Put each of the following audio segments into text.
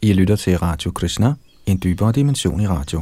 I lytter til Radio Krishna, en dybere dimension i radio.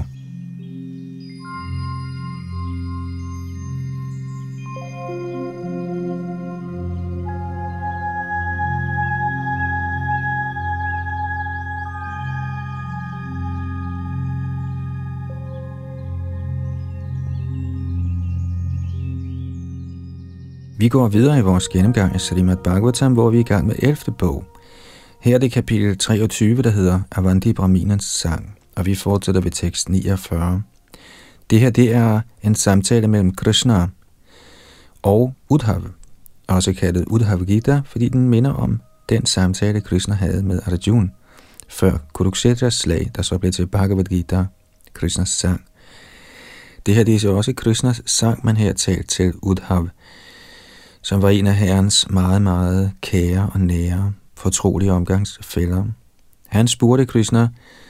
Vi går videre i vores gennemgang af Srimad Bhagavatam, hvor vi er i gang med 11. bog. Her er det kapitel 23, der hedder Avanti Brahminens sang, og vi fortsætter ved tekst 49. Det her, det er en samtale mellem Krishna og Uddhava, også kaldet Uddhava Gita, fordi den minder om den samtale, Krishna havde med Arjuna før Kuruksetras slag, der så blev til Bhagavad Gita, Krishnas sang. Det her, det er så også Krishnas sang, man her talt til Uddhava, som var en af herrens meget, meget kære og nære, fortrolige omgangsfæller. Han spurgte Krishna,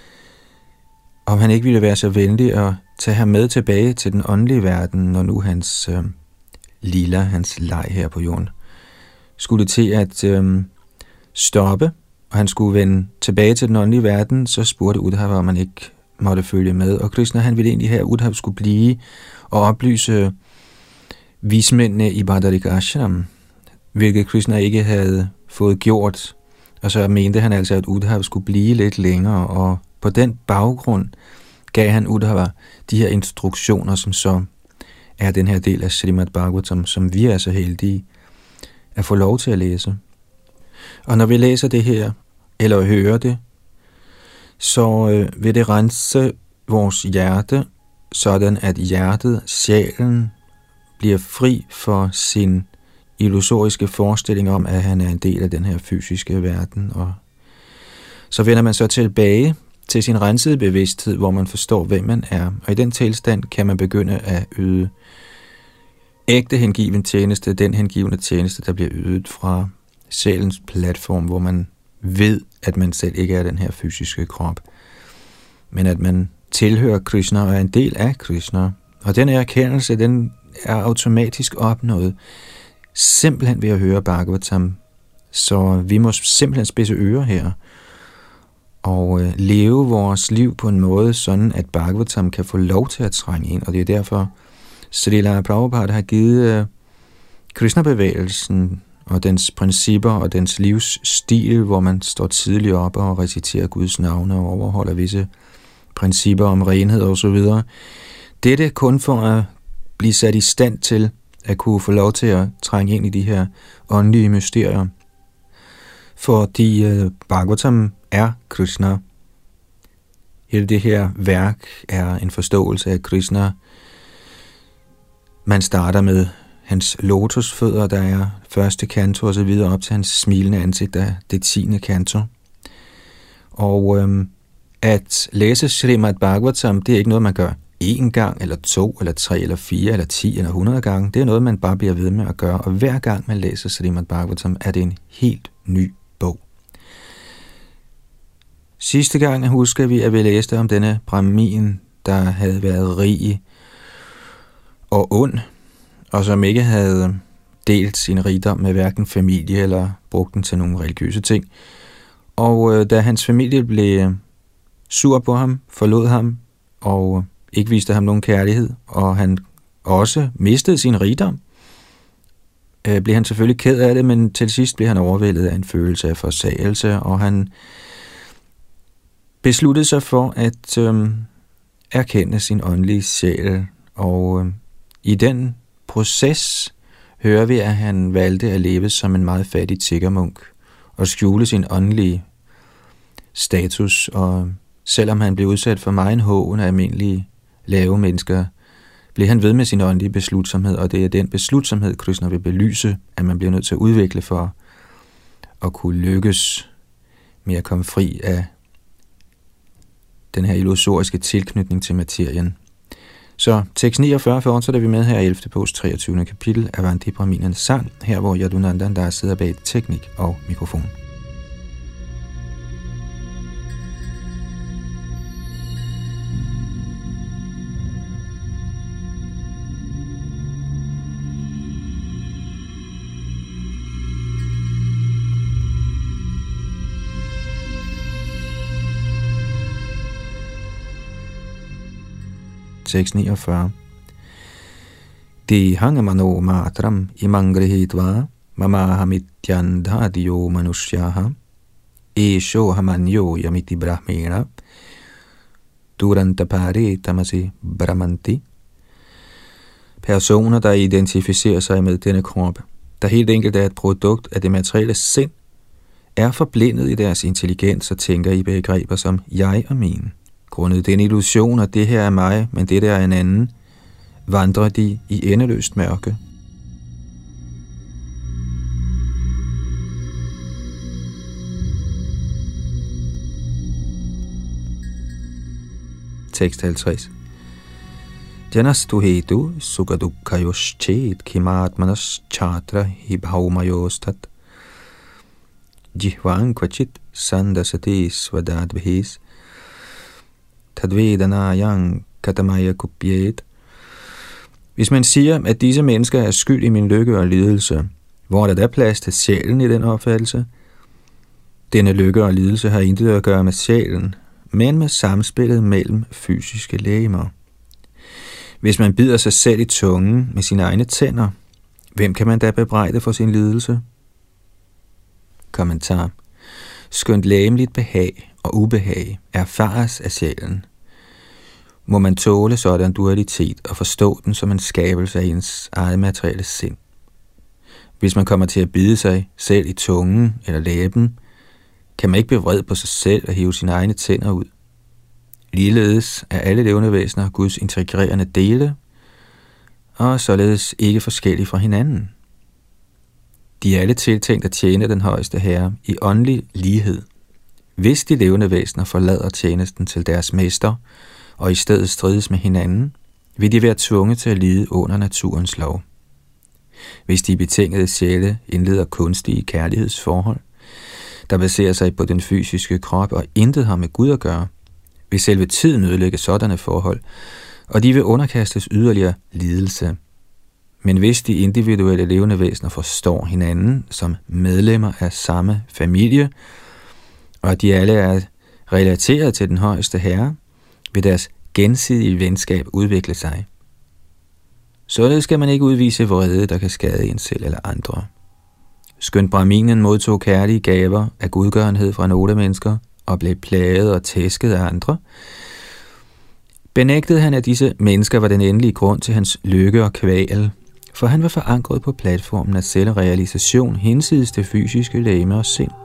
om han ikke ville være så venlig at tage ham med tilbage til den åndelige verden, når nu hans lila, hans leg her på jorden, skulle til at stoppe, og han skulle vende tilbage til den åndelige verden, så spurgte Uddhava, om han ikke måtte følge med. Og Krishna, han ville egentlig have, at Uddhava skulle blive og oplyse vismændene i Badarika Ashram, hvilket Krishna ikke havde fået gjort, og så mente han altså, at Uddhava skulle blive lidt længere, og på den baggrund gav han Uddhava de her instruktioner, som så er den her del af Srimad Bhagavatam, som vi er så heldige at få lov til at læse. Og når vi læser det her, eller hører det, så vil det rense vores hjerte, sådan at hjertet, sjælen, bliver fri for sin illusoriske forestilling om, at han er en del af den her fysiske verden. Og så vender man så tilbage til sin rensede bevidsthed, hvor man forstår, hvem man er. Og i den tilstand kan man begynde at yde ægte hengiven tjeneste, den hengivende tjeneste, der bliver ydet fra sjælens platform, hvor man ved, at man selv ikke er den her fysiske krop, men at man tilhører Krishna og er en del af Krishna. Og den erkendelse, den er automatisk opnået simpelthen ved at høre Bhagavatam. Så vi må simpelthen spidse ører her og leve vores liv på en måde, sådan at Bhagavatam kan få lov til at trænge ind. Og det er derfor, Srila Prabhupada har givet Krishna-bevægelsen og dens principper og dens livsstil, hvor man står tidligt op og reciterer Guds navne og overholder visse principper om renhed og så videre. Dette kun for at blive sat i stand til at kunne få lov til at trænge ind i de her åndelige mysterier. Fordi Bhagavatam er Krishna. Hele det her værk er en forståelse af Krishna. Man starter med hans lotusfødder, der er første kanto, og så videre op til hans smilende ansigt, der er det 10. kanto. Og at læse Srimad Bhagavatam, det er ikke noget, man gør 1 gang, eller 2, eller 3, eller 4, eller 10, eller 100 gange. Det er noget, man bare bliver ved med at gøre, og hver gang man læser Srimad Bhagavatam, er det en helt ny bog. Sidste gang husker vi, at vi læste om denne brahmin, der havde været rig og ond, og som ikke havde delt sin rigdom med hverken familie eller brugt den til nogle religiøse ting. Og da hans familie blev sur på ham, forlod ham og ikke viste ham nogen kærlighed, og han også mistede sin rigdom, blev han selvfølgelig ked af det, men til sidst blev han overvældet af en følelse af forsagelse, og han besluttede sig for at erkende sin åndelige sjæl, og i den proces hører vi, at han valgte at leve som en meget fattig tiggermunk og skjule sin åndelige status, og selvom han blev udsat for megen hån af almindelige lave mennesker, blev han ved med sin åndelige beslutsomhed, og det er den beslutsomhed, Krishna vil belyse, at man bliver nødt til at udvikle for at kunne lykkes med at komme fri af den her illusoriske tilknytning til materien. Så tekst 49 fortsætter vi med her i 11. bogs 23. kapitel af Avanti Brahminens sang, her hvor Yadunandan der sidder bag teknik og mikrofon. Tekst 49. Dehanga mano matram imangrihitva mamahamityandadio manushyaha esho hamanyo yamiti brahmena durantapare tamasi brahmanti. Personer, der identificerer sig med denne krop, der helt enkelt er et produkt af det materielle sind, er forblindet i deres intelligens og tænker i begreber som jeg og min. Grundet den illusion, at det her er mig, men det der er en anden, vandrer de i endeløst mørke. Tekst 50. Janastu hetu sugadukkhayoschet kimatmanas chatra hibhaumayostat jihvang kvachit sandasati svadadvihis tadvedanayang katamaya kupyet. Hvis man siger, at disse mennesker er skyld i min lykke og lidelse, hvor er der da plads til sjælen i den opfattelse? Denne lykke og lidelse har intet at gøre med sjælen, men med samspillet mellem fysiske legemer. Hvis man bider sig selv i tungen med sine egne tænder, hvem kan man da bebrejde for sin lidelse? Kommentar. Skønt legemligt behag og ubehag erfares af sjælen, må man tåle sådan dualitet og forstå den som en skabelse af ens eget materielle sind. Hvis man kommer til at bide sig selv i tungen eller læben, kan man ikke blive vred på sig selv og hive sine egne tænder ud. Ligeledes er alle levende væsener Guds integrerende dele, og således ikke forskellige fra hinanden. De er alle tiltænkt at tjene den højeste herre i åndelig lighed. Hvis de levende væsener forlader tjenesten til deres mester, og i stedet strides med hinanden, vil de være tvunget til at lide under naturens lov. Hvis de betingede sjæle indleder kunstige kærlighedsforhold, der baserer sig på den fysiske krop og intet har med Gud at gøre, vil selve tiden ødelægge sådanne forhold, og de vil underkastes yderligere lidelse. Men hvis de individuelle levende væsener forstår hinanden som medlemmer af samme familie, og at de alle er relateret til den højeste herre, vil deres gensidige venskab udvikle sig. Således skal man ikke udvise vrede, der kan skade en selv eller andre. Skønt Brahminen modtog kærlige gaver af gudgørenhed fra nogle mennesker og blev plaget og tæsket af andre, benægtede han, at disse mennesker var den endelige grund til hans lykke og kval, for han var forankret på platformen af selvrealisation hinsides det fysiske legeme og sind.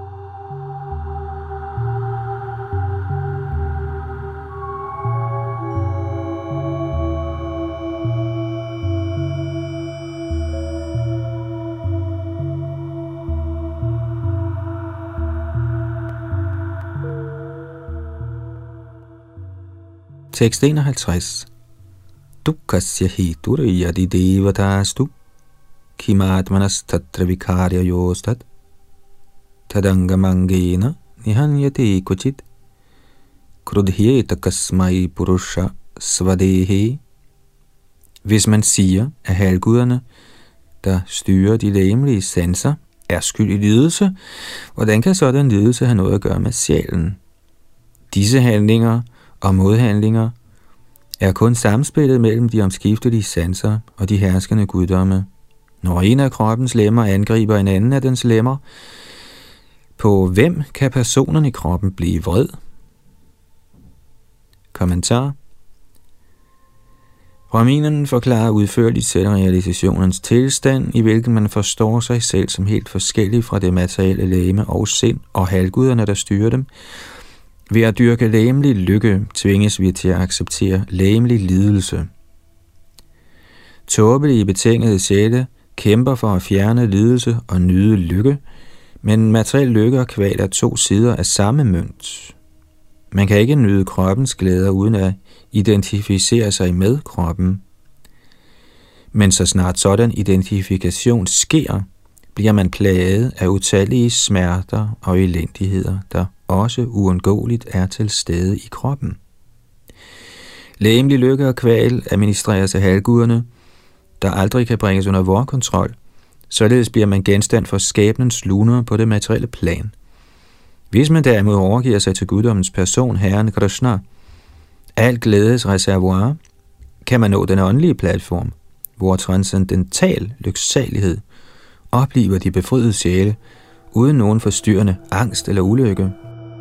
Tekst 51. Dukkasya hetur yadi devatastu kimatmanas tatra vikarya yostat tadangamangena nihanyate kuchit krudhyeta kasmai purusha svadehe. Hvis man siger, at halvguderne, der styrer de legemlige sanser, er skyld i lidelse, hvordan kan sådan lidelse have noget at gøre med sjælen? Disse handlinger og modhandlinger er kun samspillet mellem de omskiftelige sanser og de herskende guddomme. Når en af kroppens lemmer angriber en anden af dens lemmer, på hvem kan personen i kroppen blive vred? Kommentar. Brahminen forklarer udførligt selvrealisationens tilstand, i hvilken man forstår sig selv som helt forskellig fra det materielle legeme og sind og halvguderne, der styrer dem. Ved at dyrke legemlig lykke tvinges vi til at acceptere legemlig lidelse. Tåbelige betingede sjæle kæmper for at fjerne lidelse og nyde lykke, men materiel lykke og kval er to sider af samme mønt. Man kan ikke nyde kroppens glæder uden at identificere sig med kroppen. Men så snart sådan identifikation sker, bliver man plaget af utallige smerter og elendigheder, der også uundgåeligt er til stede i kroppen. Legemlig lykke og kval administreres af halvguderne, der aldrig kan bringes under vor kontrol. Således bliver man genstand for skæbnens luner på det materielle plan. Hvis man derimod overgiver sig til guddommens person, Herren Krishna, alt glædes reservoir, kan man nå den åndelige platform, hvor transcendental lyksalighed oplever de befriede sjæle uden nogen forstyrrende angst eller ulykke.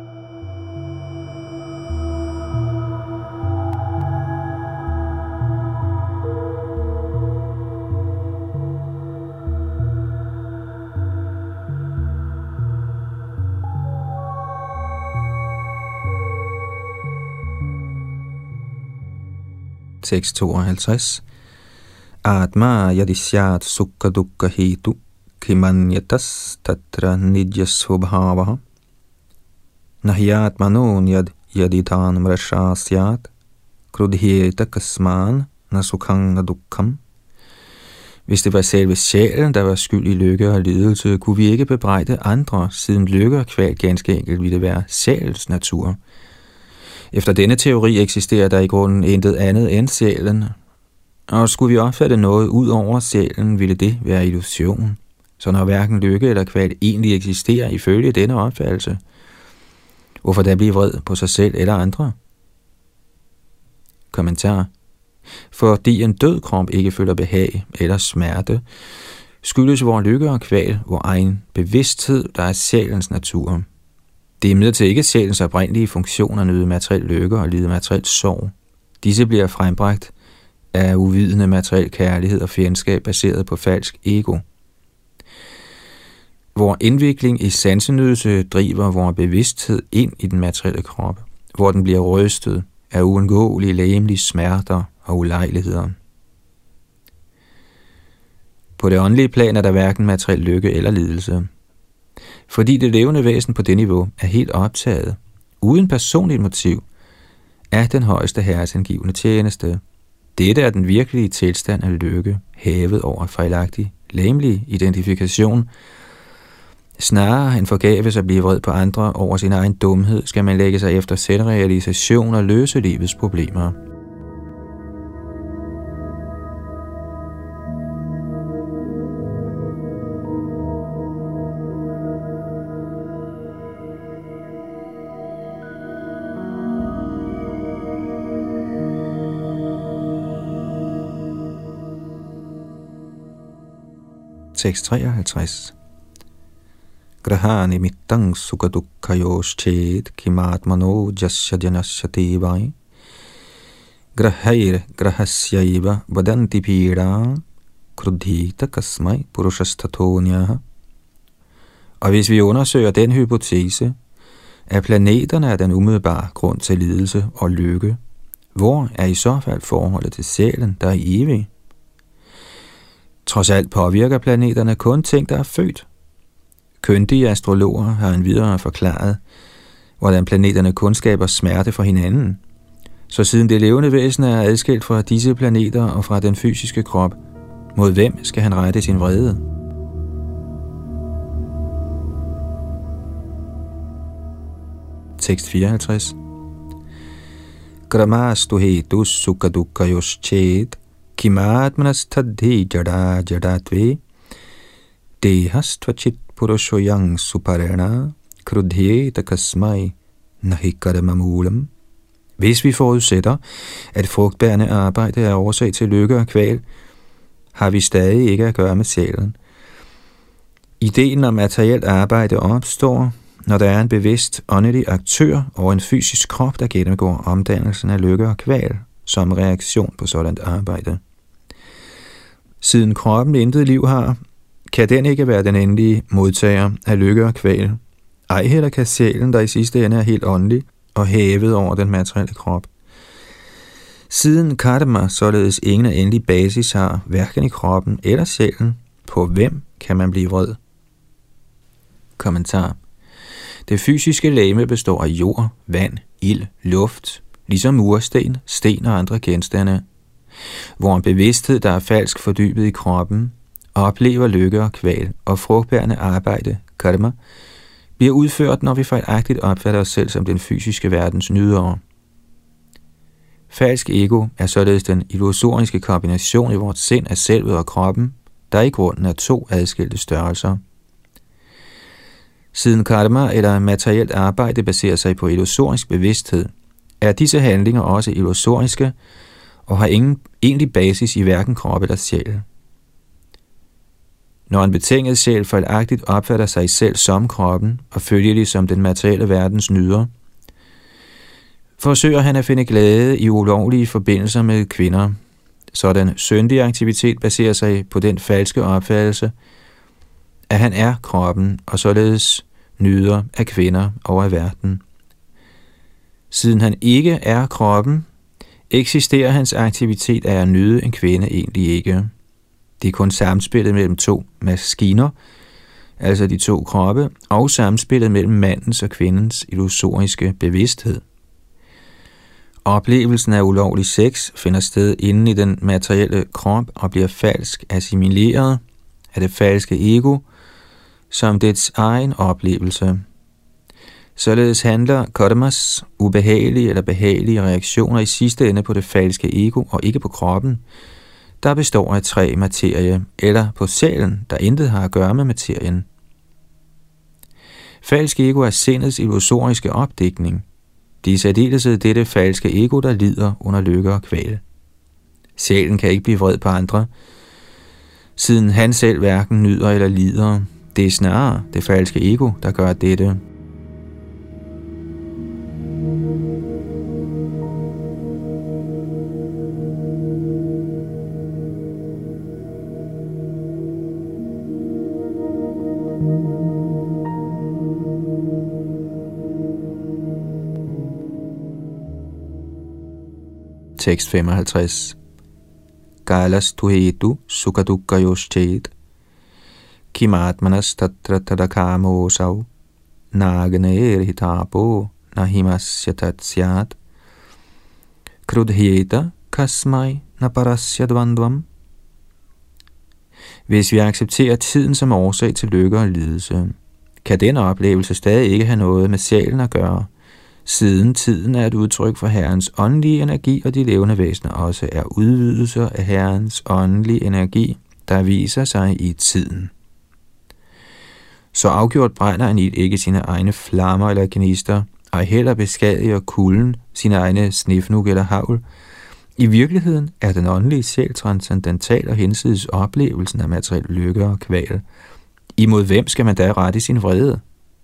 Tekst 52. Atma yadisyat sukha dukkha hetu kimanyatas tatra nidyasobhavaha nahyatmanon yaditan mrashasyat krudhyeta kasman nasukhang nadukham. Hvis det var selve sjælen, der var skyld i lykke og lidelse, kunne vi ikke bebrejde andre, siden lykke og kval ganske enkelt ville være sjælens natur. Efter denne teori eksisterer der i grunden intet andet end sjælen, og skulle vi opfatte noget ud over sjælen, ville det være illusion. Så når hverken lykke eller kval egentlig eksisterer ifølge denne opfattelse, hvorfor da blive vred på sig selv eller andre? Kommentar. Fordi en død krop ikke føler behag eller smerte, skyldes vor lykke og kval vor egen bevidsthed, der er sjælens natur. Det er imidlertid ikke sjælens oprindelige funktion at nyde materiel lykke og lide materiel sorg. Disse bliver frembragt af uvidende materiel kærlighed og fjendskab baseret på falsk ego. Vor indvikling i sansenydelse driver vor bevidsthed ind i den materielle krop, hvor den bliver rystet af uundgåelige legemlige smerter og ulejligheder. På det åndelige plan er der hverken materiel lykke eller lidelse, fordi det levende væsen på det niveau er helt optaget, uden personligt motiv, af den højeste herres hengivne tjeneste. Dette er den virkelige tilstand af lykke, hævet over fejlagtig, legemlig identifikation. Snarere end forgæves at blive vred på andre over sin egen dumhed, skal man lægge sig efter selvrealisation og løse livets problemer. Tekst 53. Grahani mittang sukha dukkhayosh chet kimatmano jasya janasya devai grahair grahasyaiva vadanti pida krudhita kasmai purushastatonya. Og hvis vi undersøger den hypotese, at planeterne er den umiddelbare grund til lidelse og lykke, hvor er i så fald forholdet til sjælen, der er evig? Trods alt påvirker planeterne kun ting, der er født. Kyndige astrologer har endvidere forklaret, hvordan planeterne kun skaber smerte for hinanden. Så siden det levende væsen er adskilt fra disse planeter og fra den fysiske krop, mod hvem skal han rette sin vrede? Tekst 54. Gramastu hetu sukha dukkhayosh chet kimatmanas tadhi jada jadatve dehastvachit purushoyang suparena krudhyeta kasmai nahi karmamulam. Hvis vi forudsætter, at frugtbærende arbejde er årsag til lykke og kval, har vi stadig ikke at gøre med sjælen. Ideen om materielt arbejde opstår, når der er en bevidst åndelig aktør og en fysisk krop, der gennemgår omdannelsen af lykke og kval som reaktion på sådan arbejde. Siden kroppen intet liv har, kan den ikke være den endelige modtager af lykke og kval. Ej heller kan sjælen, der i sidste ende er helt åndelig og hævet over den materielle krop. Siden karma således ingen af endelig basis har, hverken i kroppen eller sjælen, på hvem kan man blive vred? Kommentar. Det fysiske legeme består af jord, vand, ild, luft, ligesom mursten, sten og andre genstande. Hvor en bevidsthed, der er falsk fordybet i kroppen, oplever lykke og kval og frugtbærende arbejde, karma, bliver udført, når vi fejlagtigt opfatter os selv som den fysiske verdens nydere. Falsk ego er således den illusoriske kombination i vores sind af selvet og kroppen, der i grunden er to adskilte størrelser. Siden karma eller materielt arbejde baserer sig på illusorisk bevidsthed, er disse handlinger også illusoriske og har ingen egentlig basis i hverken krop eller sjæl. Når en betinget sjæl fejlagtigt opfatter sig selv som kroppen, og følgelig som den materielle verdens nyder, forsøger han at finde glæde i ulovlige forbindelser med kvinder. Sådan syndig aktivitet baserer sig på den falske opfattelse, at han er kroppen, og således nyder af kvinder og af verden. Siden han ikke er kroppen, eksisterer hans aktivitet af at nyde en kvinde egentlig ikke. Det er kun samspillet mellem to maskiner, altså de to kroppe, og samspillet mellem mandens og kvindens illusoriske bevidsthed. Oplevelsen af ulovlig sex finder sted inde i den materielle krop og bliver falsk assimileret af det falske ego som dets egen oplevelse. Således handler karmas ubehagelige eller behagelige reaktioner i sidste ende på det falske ego og ikke på kroppen, der består af tre materie, eller på sjælen, der intet har at gøre med materien. Falsk ego er sindets illusoriske opdækning. Det er i særdeleshed dette falske ego, der lider under lykke og kval. Sjælen kan ikke blive vred på andre, siden han selv hverken nyder eller lider. Det er snarere det falske ego, der gør dette. Tekst 55. Kalas tuhetu sukadukkayoschet kimatmanas tatra tadakamosav nagnehitapo nahimasya tatsyat krudhyeta kasmai naparasya dvandvam. Hvis vi accepterer tiden som årsag til lykke og lidelse, kan den oplevelse stadig ikke have noget med sjælen at gøre, siden tiden er et udtryk for Herrens åndelige energi, og de levende væsener også er udvidelser af Herrens åndelige energi, der viser sig i tiden. Så afgjort brænder en ild ikke sine egne flammer eller gnister, og heller beskadiger kulden sine egne snifnug eller havl. I virkeligheden er den åndelige sjæl transcendental og hinsides oplevelsen af materiel lykke og kval. Imod hvem skal man da rette sin vrede?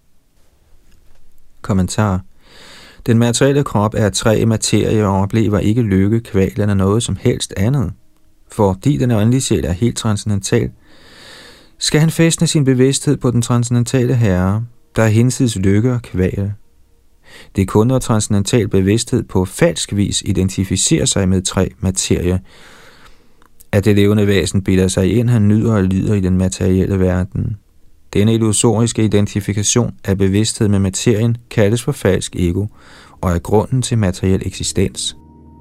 Kommentar. Den materielle krop er tre materie og oplever ikke lykke, kval eller noget som helst andet. Fordi den åndelige sjæl er helt transcendental, skal han fæstne sin bevidsthed på den transcendentale herre, der er hinsides lykke og kval. Det er kun når transcendental bevidsthed på falsk vis identificerer sig med tre materier, at det levende væsen bilder sig ind, han nyder og lider i den materielle verden. Denne illusoriske identifikation af bevidsthed med materien kaldes for falsk ego og er grunden til materiel eksistens.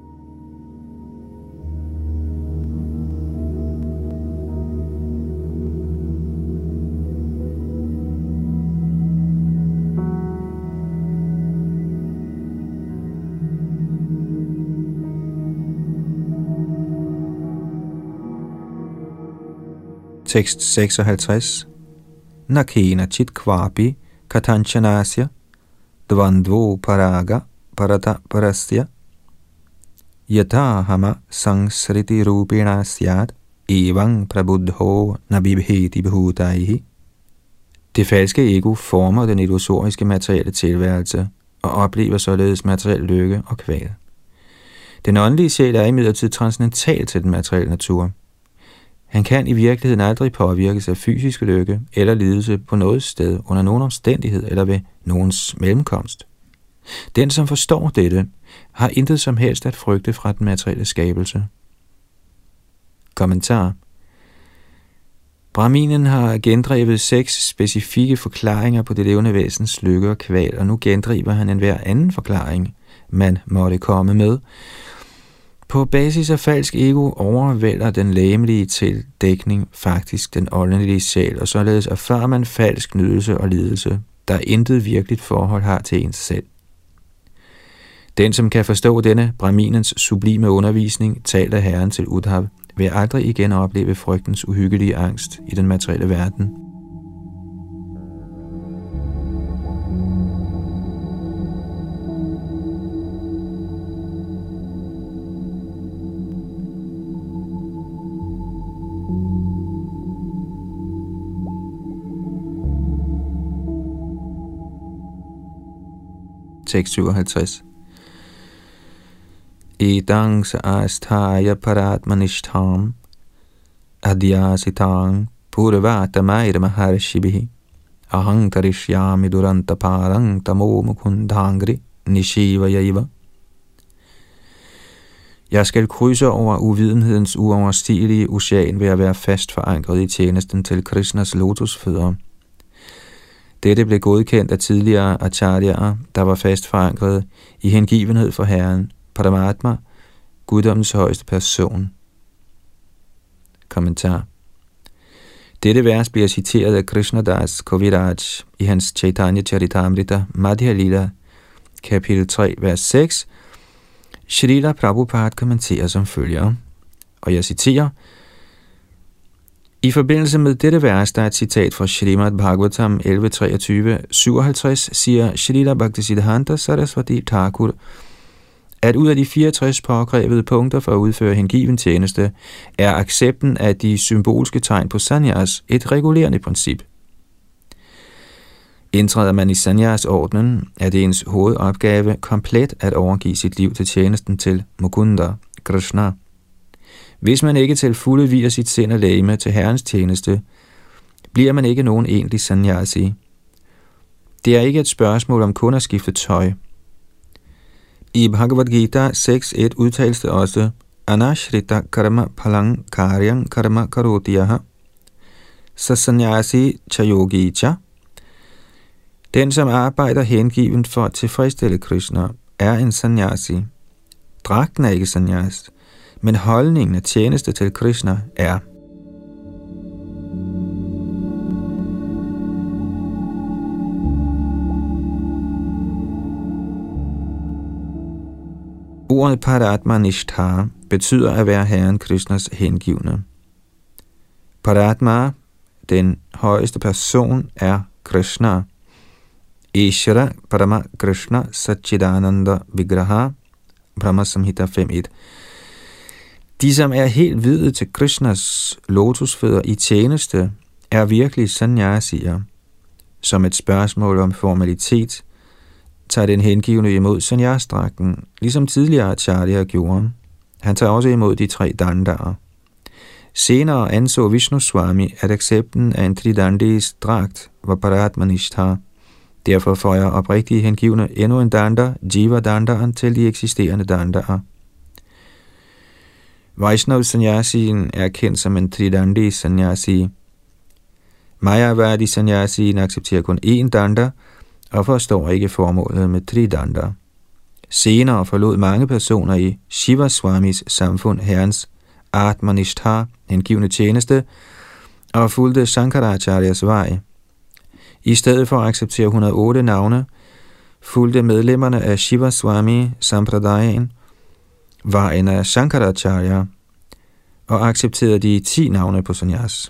Tekst 56. Nakena chit kvapi katanchanasya dvandvo paraga parata parasya yata hama sangsriti rupena syat evang prabuddho nabibheti bhutaihi. Det falske ego former den illusoriske materielle tilværelse og oplever således materiel lykke og kval. Den åndelige sjæl er imidlertid transcendental til den materielle natur. Han kan i virkeligheden aldrig påvirkes af fysisk lykke eller lidelse på noget sted under nogen omstændighed eller ved nogens mellemkomst. Den, som forstår dette, har intet som helst at frygte fra den materielle skabelse. Kommentar. Brahminen har gendrevet 6 specifikke forklaringer på det levende væsens lykke og kval, og nu gendriver han enhver anden forklaring, man måtte komme med. På basis af falsk ego overvælder den legemlige tildækning faktisk den åndelige sjæl, og således erfarer man falsk nydelse og lidelse, der intet virkeligt forhold har til ens selv. Den, som kan forstå denne brahminens sublime undervisning, taler Herren til Uddhav, vil aldrig igen opleve frygtens uhyggelige angst i den materielle verden. tekst 57. Edang sa astaya paratmanishtham adhyasitang purvata mayra maharshibihi ahang tarishyami duranta parang tamo mukundangri nishiva yaiva. Jeg skal krydse over uvidenhedens uoverstigelige ocean ved at være fast forankret i tjenesten til Krishnas lotusfødder. Dette blev godkendt af tidligere acharyaer, der var fast forankret i hengivenhed for Herren, Paramatma, guddommens højeste person. Kommentar. Dette vers bliver citeret af Krishnadas Kaviraj i hans Chaitanya Charitamrita Madhya Lila, kapitel 3, vers 6. Shrila Prabhupada kommenterer som følger, og jeg citerer: I forbindelse med dette vers, der er et citat fra Srimad Bhagavatam 11.23.57, siger Shrila Bhaktisiddhanta Saraswati Thakur, at ud af de 64 påkrævede punkter for at udføre hengiven tjeneste, er accepten af de symbolske tegn på sannyas et regulerende princip. Indtræder man i sannyas-ordenen, er det ens hovedopgave komplet at overgive sit liv til tjenesten til Mukunda, Krishna. Hvis man ikke til fulde viger sit sind og legeme til Herrens tjeneste, bliver man ikke nogen egentlig sannyasi. Det er ikke et spørgsmål om kun at skifte tøj. I Bhagavad Gita 6.1 udtales det også, Anashrita karma palang karyang karma karotiyaha sasanyasi chayogi cha. Den, som arbejder hengivent for at tilfredsstille Krishna, er en sannyasi. Dragten er ikke sannyas, men holdningen af tjeneste til Krishna er. Ordet Paratmanishta betyder at være Herren Krishnas hengivne. Paratma, den højeste person, er Krishna. Ishvara Parama Krishna Satchidananda Vigraha, Brahma Samhita 5.1. De, som er helt videt til Krishnas lotusfødder i tjeneste, er virkelig sannyasier. Som et spørgsmål om formalitet, tager den hengivne imod sannyasdragten, ligesom tidligere acharya gjorde. Han tager også imod de 3 dandaer. Senere anså Vishnu Swami, at accepten af en tridandis dragt var Paratmanishta. Derfor får jeg oprigtige hengivne endnu en danda, Jiva dandaen, til de eksisterende dandaer. Vaishnav sanyasien er kendt som en tridandi sanyasi. Mayavadi sanyasien accepterer kun én danda og forstår ikke formålet med tridanda. Senere forlod mange personer i Shiva Swamis samfund Herrens Atmanishta, hengivne tjeneste, og fulgte Shankaracharyas vej. I stedet for at acceptere 108 navne, fulgte medlemmerne af Shiva Swami Sampradayen vejen af Shankaracharya og accepterede de 10 navne på sannyas.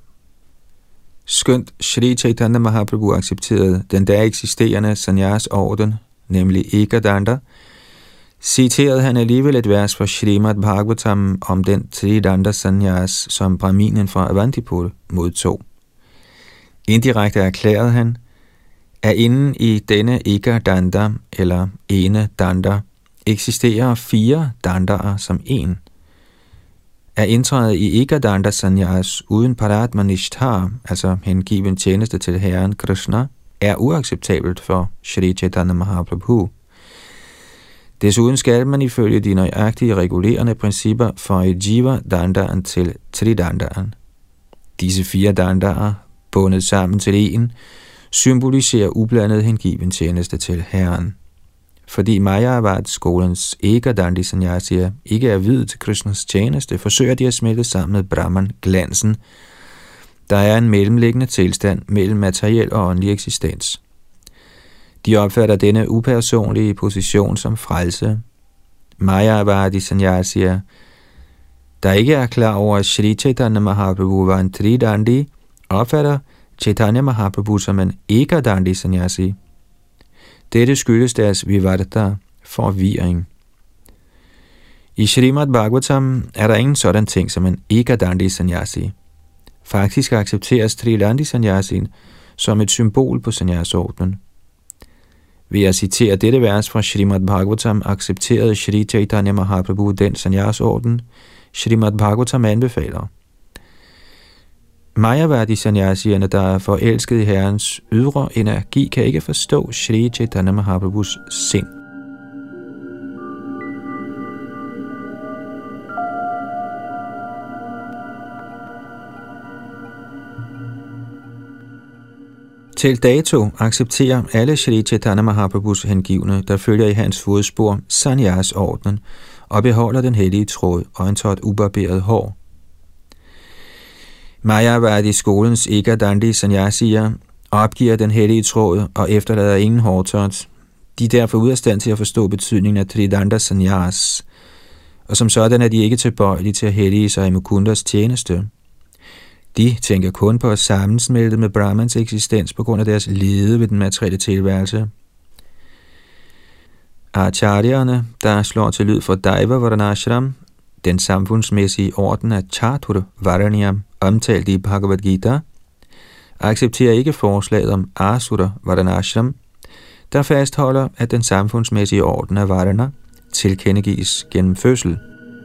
Skønt Shri Chaitanya Mahaprabhu accepterede den der eksisterende sannyas-orden, nemlig Ekadanda, citerede han alligevel et vers fra Srimad Bhagavatam om den Tridanda sannyas, som Brahminen fra Avantipur modtog. Indirekte erklærede han, at inden i denne Ekadanda eller ene danda eksisterer 4 dandaer som en. At indtræde i Ekadanda sannyas uden Paratmanishta, altså hengiven tjeneste til Herren Krishna, er uacceptabelt for Shri Chaitanya Mahaprabhu. Desuden skal man ifølge de nøjagtige regulerende principper føje Jiva dandaen til Tridandaen. Disse 4 dandaer, bundet sammen til en, symboliserer ublandet hengiven tjeneste til Herren. Fordi Mayavad-skolens Ekadandi sannyasier ikke er videt til Krishnas tjeneste, forsøger de at smelte sammen med Brahman, glansen, der er en mellemliggende tilstand mellem materiel og åndelig eksistens. De opfatter denne upersonlige position som frelse. Mayavadi sannyasier, der ikke er klar over, at Shri Chaitanya Mahaprabhu var en tridandi, opfatter Chaitanya Mahaprabhu som en Ekadandi sannyasi. Dette skyldes deres vivarta, forvirring. I Srimad Bhagavatam er der ingen sådan ting som en Ekadandi sannyasi. Faktisk accepteres Tridandi sannyasin som et symbol på sannyasordenen. Ved at citere dette vers fra Srimad Bhagavatam accepterede Shri Chaitanya Mahaprabhu den sannyasorden, Srimad Bhagavatam anbefaler. Mayavadi sannyasierne, der er forelsket i Herrens ydre energi, kan ikke forstå Shri Chaitanya Mahaprabhus sind. Til dato accepterer alle Shri Chaitanya Mahaprabhus hengivne, der følger i hans fodspor, sannyasordenen og beholder den hellige tråd og en tot ubarberet hår. Mayavadi skolens Ekadandi sannyasier opgiver den hellige tråd og efterlader ingen hårtot. De er derfor ude af stand til at forstå betydningen af Tridanda sannyas, og som sådan er de ikke tilbøjelige til at hellige sig i Mukundas tjeneste. De tænker kun på at sammensmelte med Brahmans eksistens på grund af deres lede ved den materielle tilværelse. Acharyerne, der slår til lyd for Daiva Varanashram, den samfundsmæssige orden af Chatur Varanyam, omtalt i Bhagavad Gita, accepterer ikke forslaget om Asura Varanashram, der fastholder, at den samfundsmæssige orden af Varana tilkendegives gennem fødsel.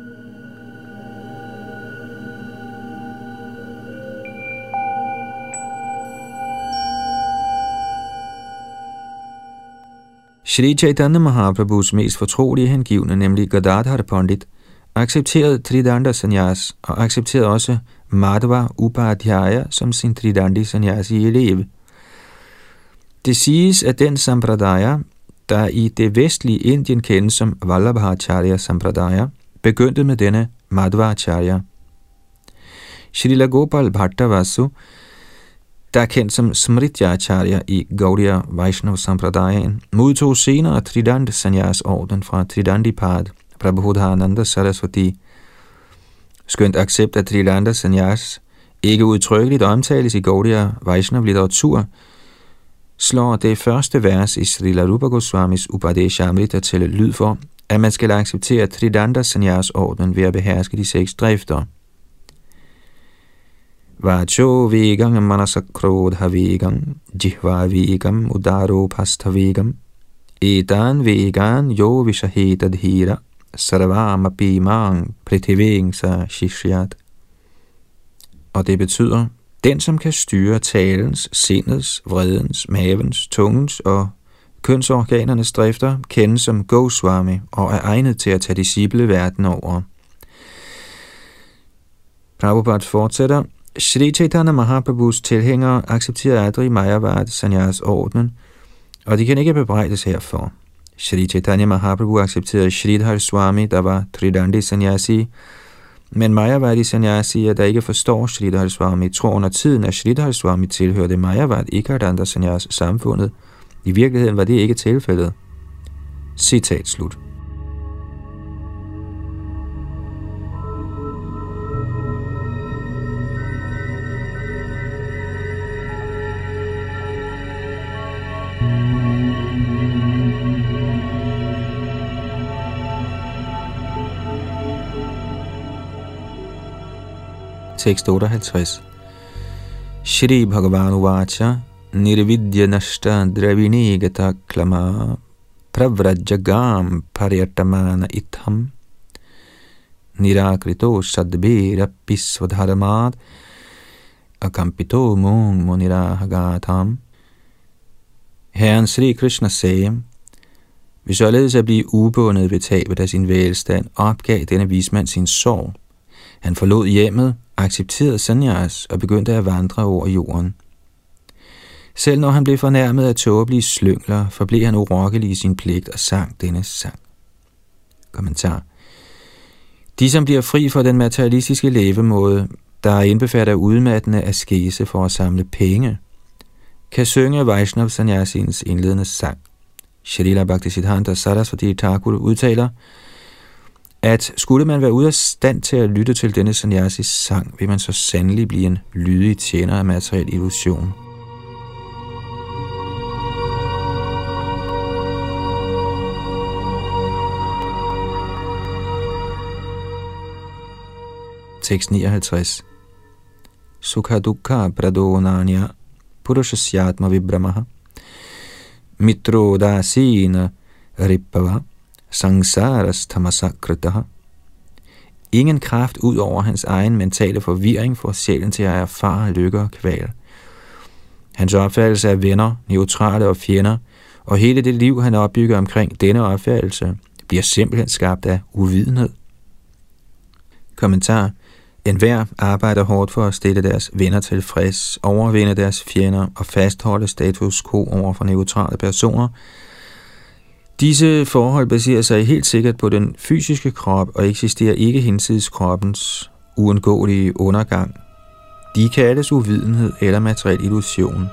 Shri Chaitanya Mahaprabhus mest fortrolige hengivne, nemlig Gadadhar Pandit, accepterede Tridanda sannyas og accepterede også Madhva Upadhyaya som sin Tridandi sannyasi elev. Det siges, at den sampradaya, der i det vestlige Indien kendes som Vallabhacharya sampradaya, begyndte med denne Madhvacharya. Srila Gopal Bhattavasu, der er kendt som Smrityacharya i Gaudiya Vaishnav Sampradayen, modtog senere Tridanda sannyas-orden fra Tridandipad, Prabodhananda Saraswati. Skønt accept af Tridanda sannyas ikke udtrykkeligt omtales i Gaudiya Vaishnav litteratur, slår det første vers i Srila Rupa Goswamis Upadeshamrita til lyd for, at man skal acceptere Tridanda sannyas-orden ved at beherske de 6 drifter. Vacho vegam manasakrodha vegam, jihva vegam udaro pastha vegam, etan vegan yo vishaheta dhira, sarvam api mang prithiveng sa shishyat. Og det betyder, den som kan styre talens, sindets, vredens, mavens, tungens og kønsorganernes drifter, kendes som Goswami og er egnet til at tage disciple verden over. Prabhupada fortsætter, Shri Chaitanya Mahaprabhus tilhængere accepterer aldrig Mayavad sannyas-ordenen, og de kan ikke bebrejdes herfor. Shri Chaitanya Mahaprabhu accepterede Shridhar Swami, der var Tridandi sannyasi, men Mayavadi sannyasier, der ikke forstår Shridhar Swami, tror under tiden, at Shridhar Swami tilhørte Mayavad Ekadanda sannyas samfundet. I virkeligheden var det ikke tilfældet. Citat slut. Tekst 58. Shri Bhagavan Uvacha Nirvidya Nashta Dravinegata Klama Pravrajagam Paryatamana Itham Nirakrito Sadbera Pisvadharamat Akampito Mung Monirahagatam. Herren Sri Krishna sagde, ved således at blive ubundet ved tabet af sin velstand, opgav denne vismand sin sorg. Han forlod hjemmet, accepterede sannyas og begyndte at vandre over jorden. Selv når han blev fornærmet af tåbelige slyngler, forblev han urokkelig i sin pligt og sang denne sang. Kommentar. De, som bliver fri for den materialistiske levemåde, der indbefatter udmattende askese for at samle penge, kan synge Vaishnav Sanyasins indledende sang. Shrila Bhaktisiddhanta Saraswati Thakur udtaler, at skulle man være ude af stand til at lytte til denne sannyasis sang, vil man så sandelig blive en lydig tjener af materiel illusion. Tekst 59. Sukha dukkha pradonanya purushasyatma vibramaha mitrodasina rippava sangsaras tamasakritaha. Ingen kraft ud over hans egen mentale forvirring får sjælen til at erfare lykke og kval. Hans opfattelse af venner, neutrale og fjender, og hele det liv, han opbygger omkring denne opfattelse, bliver simpelthen skabt af uvidenhed. Kommentar. Enhver arbejder hårdt for at stille deres venner tilfreds, overvinde deres fjender og fastholde status quo over for neutrale personer. Disse forhold baserer sig helt sikkert på den fysiske krop og eksisterer ikke hinsides kroppens uundgåelige undergang. De kaldes uvidenhed eller materiel illusion.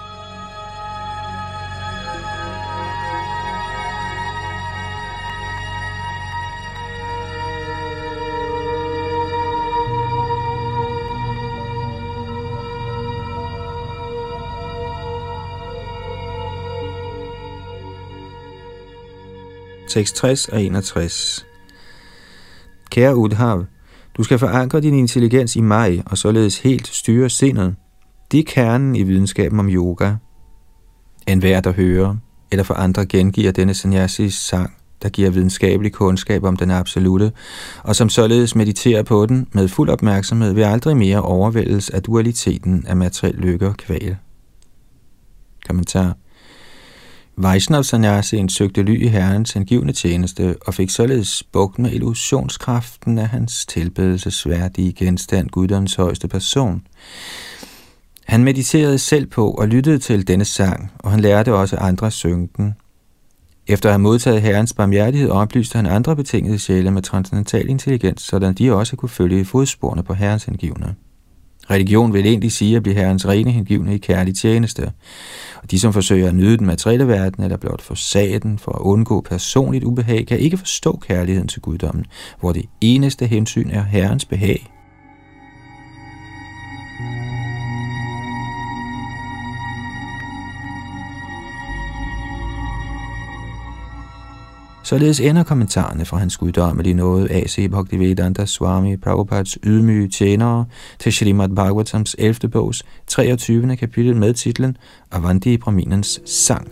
Tekst 60 og 61. Kære Udhav, du skal forankre din intelligens i mig, og således helt styre sindet. Det er kernen i videnskaben om yoga. Enhver, der hører, eller for andre gengiver denne sannyasis sang, der giver videnskabelig kundskab om den absolute, og som således mediterer på den med fuld opmærksomhed, vil aldrig mere overvældes af dualiteten af materiel lykke og kval. Kommentar. Vaishnav Sanyasien søgte ly i Herrens hengivne tjeneste og fik således bugt med illusionskraften af hans tilbedelsesværdige genstand, Guddoms højeste person. Han mediterede selv på og lyttede til denne sang, og han lærte også andre at synge den. Efter at have modtaget Herrens barmhjertighed, oplyste han andre betingede sjæle med transcendental intelligens, sådan de også kunne følge i fodsporene på Herrens hengivne. Religion vil egentlig sige at blive Herrens rene hengivne i kærlig tjeneste, og de, som forsøger at nyde den materielle verden eller blot forsage den for at undgå personligt ubehag, kan ikke forstå kærligheden til guddommen, hvor det eneste hensyn er Herrens behag. Således ender kommentarerne fra hans guddommelige nåde A.C. Bhaktivedanta Swami Prabhupads ydmyge tjenere til Srimad Bhagavatams 11. bogs 23. kapitel med titlen Avanti Brahminens sang.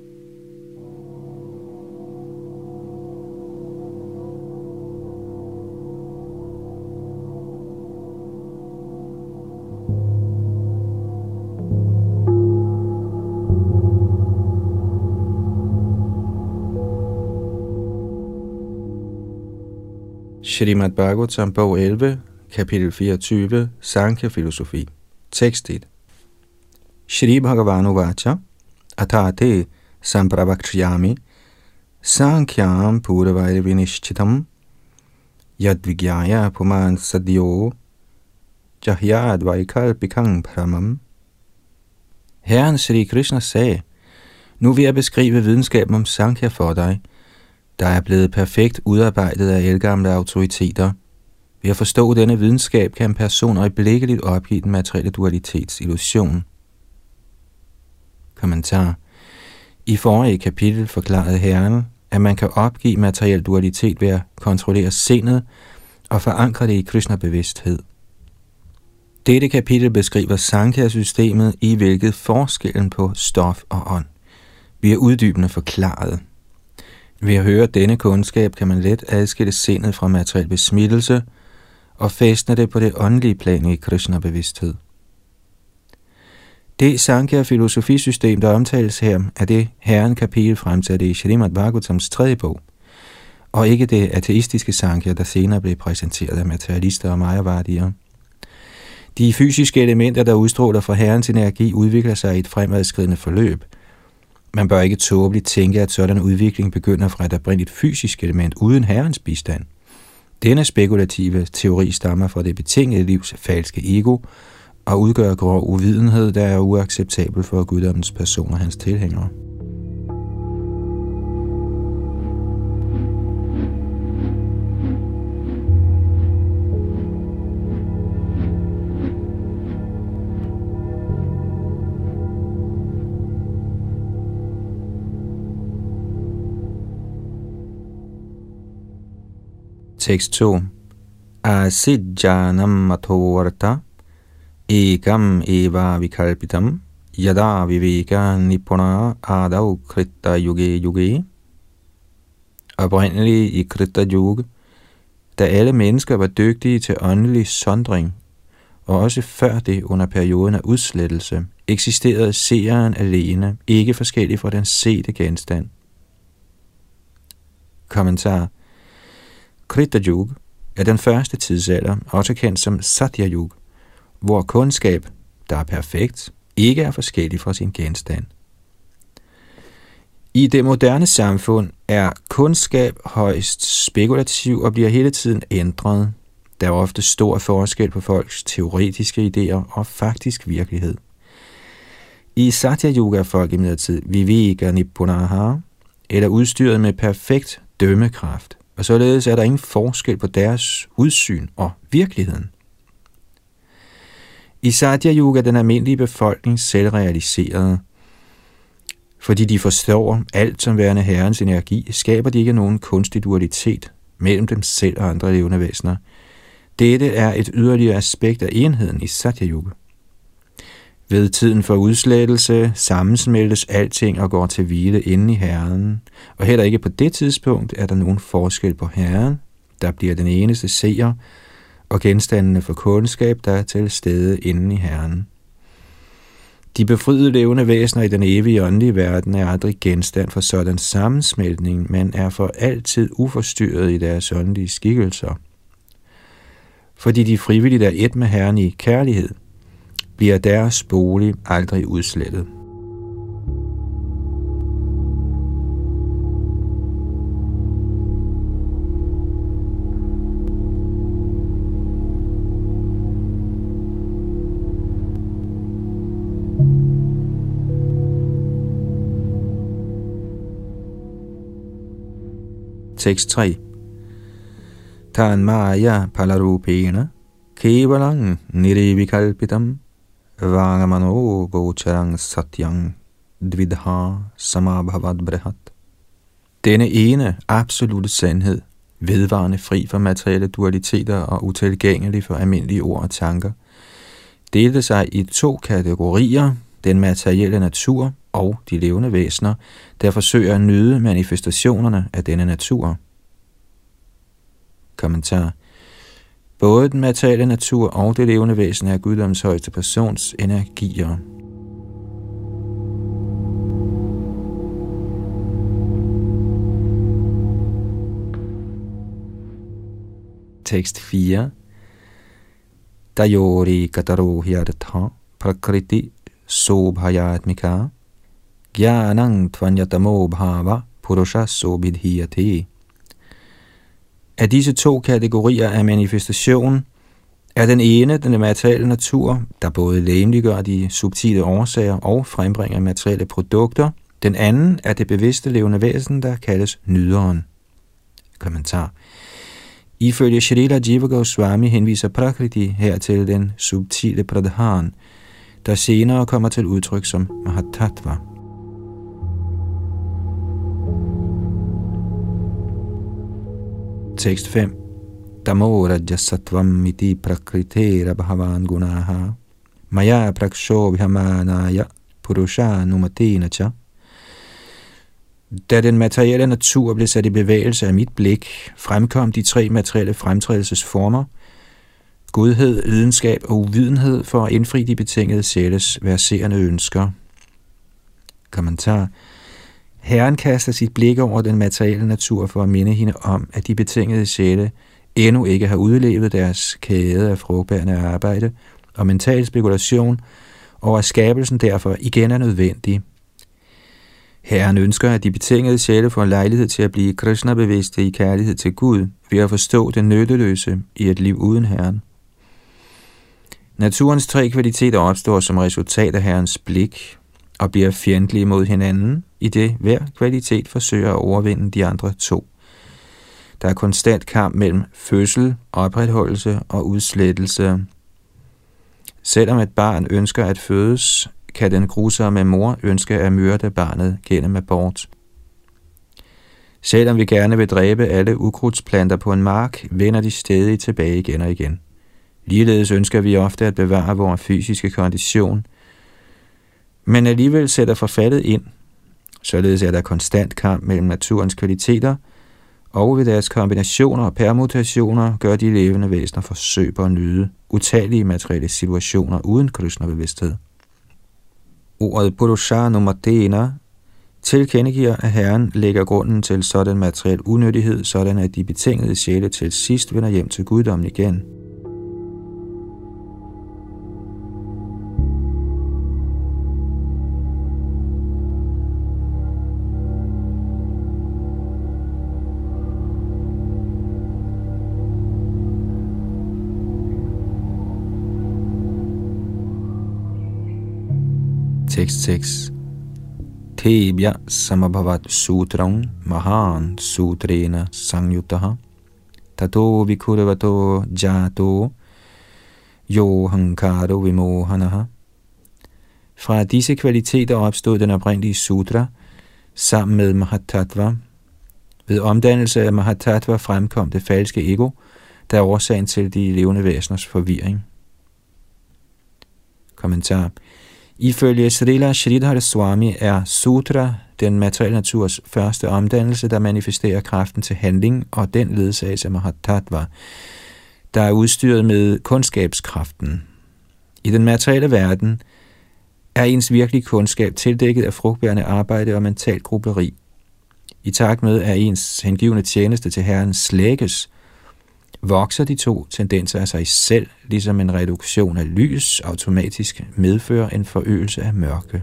Srimad Bhagavatam, bog 11, kapitel 24, Sankhya filosofi. Tekst 1. Shri Bhagavanu Vacha, Atate Sampravakshayami, Sankhyam Puravair Vinishchitam, Yadvigyaya Puman Sadyo, Jahyad Vaikalpikang Pramam. Herren Shri Krishna sagde, nu vil jeg beskrive videnskaben om Sankhya for dig, der er blevet perfekt udarbejdet af ældgamle autoriteter. Ved at forstå denne videnskab kan en person øjeblikkeligt opgive den materielle dualitets illusion. Kommentar. I forrige kapitel forklarede Herren, at man kan opgive materiel dualitet ved at kontrollere sindet og forankre det i Krishna-bevidsthed. Dette kapitel beskriver Sankhya-systemet, i hvilket forskellen på stof og ånd bliver uddybende forklaret. Ved at høre denne kundskab kan man let adskille sindet fra materiel besmittelse og fæstne det på det åndelige plan i Krishna-bevidsthed. Det Sankhya-filosofisystem, der omtales her, er det Herren kapitel fremsatte i Srimad Bhagavatams 3. bog, og ikke det ateistiske Sankhya, der senere blev præsenteret af materialister og mayavardier. De fysiske elementer, der udstråler fra Herrens energi, udvikler sig i et fremadskridende forløb. Man bør ikke tåbeligt tænke, at sådan en udvikling begynder fra et oprindeligt fysisk element uden Herrens bistand. Denne spekulative teori stammer fra det betingede livs falske ego og udgør grov uvidenhed, der er uacceptabel for guddommens person og hans tilhængere. Tekst 2. Asidjanam matovarta ekam eva vikalpitam Yada viveka nipuna adau krita yuge yuge. Oprindeligt i Krita Yuga, da alle mennesker var dygtige til åndelig sondring, og også før det under perioden af udslettelse, eksisterede seeren alene, ikke forskellig fra den sete genstand. Kommentar. Krita Yuga er den første tidsalder, også kendt som Satya Yuga, hvor kundskab, der er perfekt, ikke er forskellig fra sin genstand. I det moderne samfund er kundskab højst spekulativ og bliver hele tiden ændret. Der er ofte stor forskel på folks teoretiske idéer og faktisk virkelighed. I Satya Yuga er folk imidlertid viveka nipunaha, eller udstyret med perfekt dømmekraft, og således er der ingen forskel på deres udsyn og virkeligheden. I Satya Yuga er den almindelige befolkning selvrealiseret. Fordi de forstår alt som værende herrens energi, skaber de ikke nogen kunstig dualitet mellem dem selv og andre levende væsener. Dette er et yderligere aspekt af enheden i Satya Yuga. Ved tiden for udslettelse sammensmeltes alting og går til hvile inde i herren, og heller ikke på det tidspunkt er der nogen forskel på herren, der bliver den eneste seer, og genstandene for kundskab, der er til stede inde i herren. De befriede levende væsener i den evige åndelige verden er aldrig genstand for sådan sammensmeltning, men er for altid uforstyrret i deres åndelige skikkelser. Fordi de frivilligt er et med herren i kærlighed, bliver deres bolig aldrig udslettet. Tekst 3. Tan maya palarupena kevalang nirivikalpitam vangamano gocharang satyang dvidha samabhavad brihat. Denne ene absolute sandhed, vedvarende fri for materielle dualiteter og utilgængelig for almindelige ord og tanker, delte sig i 2 kategorier, den materielle natur og de levende væsener, der forsøger at nyde manifestationerne af denne natur. Kommentar. Både den materielle natur og det levende væsen er guddoms højeste persons energier. Tekst 4. Dayori katarohyartha prakriti sobhayatmika gyanang tvanyatamo bhava purusha sobidhiyate. Af disse 2 kategorier af manifestation er den ene den materielle natur, der både legemliggør de subtile årsager og frembringer materielle produkter. Den anden er det bevidste levende væsen, der kaldes nyderen. Kommentar. Ifølge Shrila Jiva Goswami henviser Prakriti her til den subtile Pradhan, der senere kommer til udtryk som Mahatattva. Tekst 5. Damo rajasattvam iti prakritera bhavan gunaha maya prakshobhyamanaya purusha numatena cha. Da den materielle natur blev sat i bevægelse af mit blik, fremkom de 3 materielle fremtrædelsesformer, godhed, lidenskab og uvidenhed, for at indfri de betingede sjæles verserende ønsker. Kommentar. Herren kaster sit blik over den materielle natur for at minde hende om, at de betingede sjæle endnu ikke har udlevet deres kæde af frugtbærende arbejde og mental spekulation, og at skabelsen derfor igen er nødvendig. Herren ønsker, at de betingede sjæle får lejlighed til at blive Krishna-bevidste i kærlighed til Gud, ved at forstå det nytteløse i et liv uden Herren. Naturens 3 kvaliteter opstår som resultat af Herrens blik og bliver fjendtlige mod hinanden, i det hver kvalitet forsøger at overvinde de andre 2. Der er konstant kamp mellem fødsel, opretholdelse og udslettelse. Selvom et barn ønsker at fødes, kan den grusomme mor ønske at myrde barnet gennem abort. Selvom vi gerne vil dræbe alle ukrudtsplanter på en mark, vender de stadig tilbage igen og igen. Ligeledes ønsker vi ofte at bevare vores fysiske kondition, men alligevel sætter forfaldet ind. Således er der konstant kamp mellem naturens kvaliteter, og ved deres kombinationer og permutationer gør de levende væsener forsøg på at nyde utallige materielle situationer uden Krishna-bevidsthed. Ordet Purushanumadena tilkendegiver, at Herren lægger grunden til sådan materiel unyttighed, sådan at de betingede sjæle til sidst vender hjem til guddommen igen. Tekst 6. Tebya samabhavat sutram mahan sutrena sangyutaha tato vikurvato jato yo hankaro vimohanaha. Fra disse kvaliteter opstod den oprindelige sutra sammen med Mahatattva. Ved omdannelse af Mahatattva fremkom det falske ego, der er årsagen til de levende væseners forvirring. Kommentar. Ifølge Srila Sridhar Swami er sutra den materielle naturs første omdannelse, der manifesterer kraften til handling, og den ledsages af Mahatattva, der er udstyret med kundskabskraften. I den materielle verden er ens virkelige kundskab tildækket af frugtbærende arbejde og mental grubleri. I takt med, at ens hengivne tjeneste til Herren slækkes, vokser de to tendenser af sig selv, ligesom en reduktion af lys automatisk medfører en forøgelse af mørke.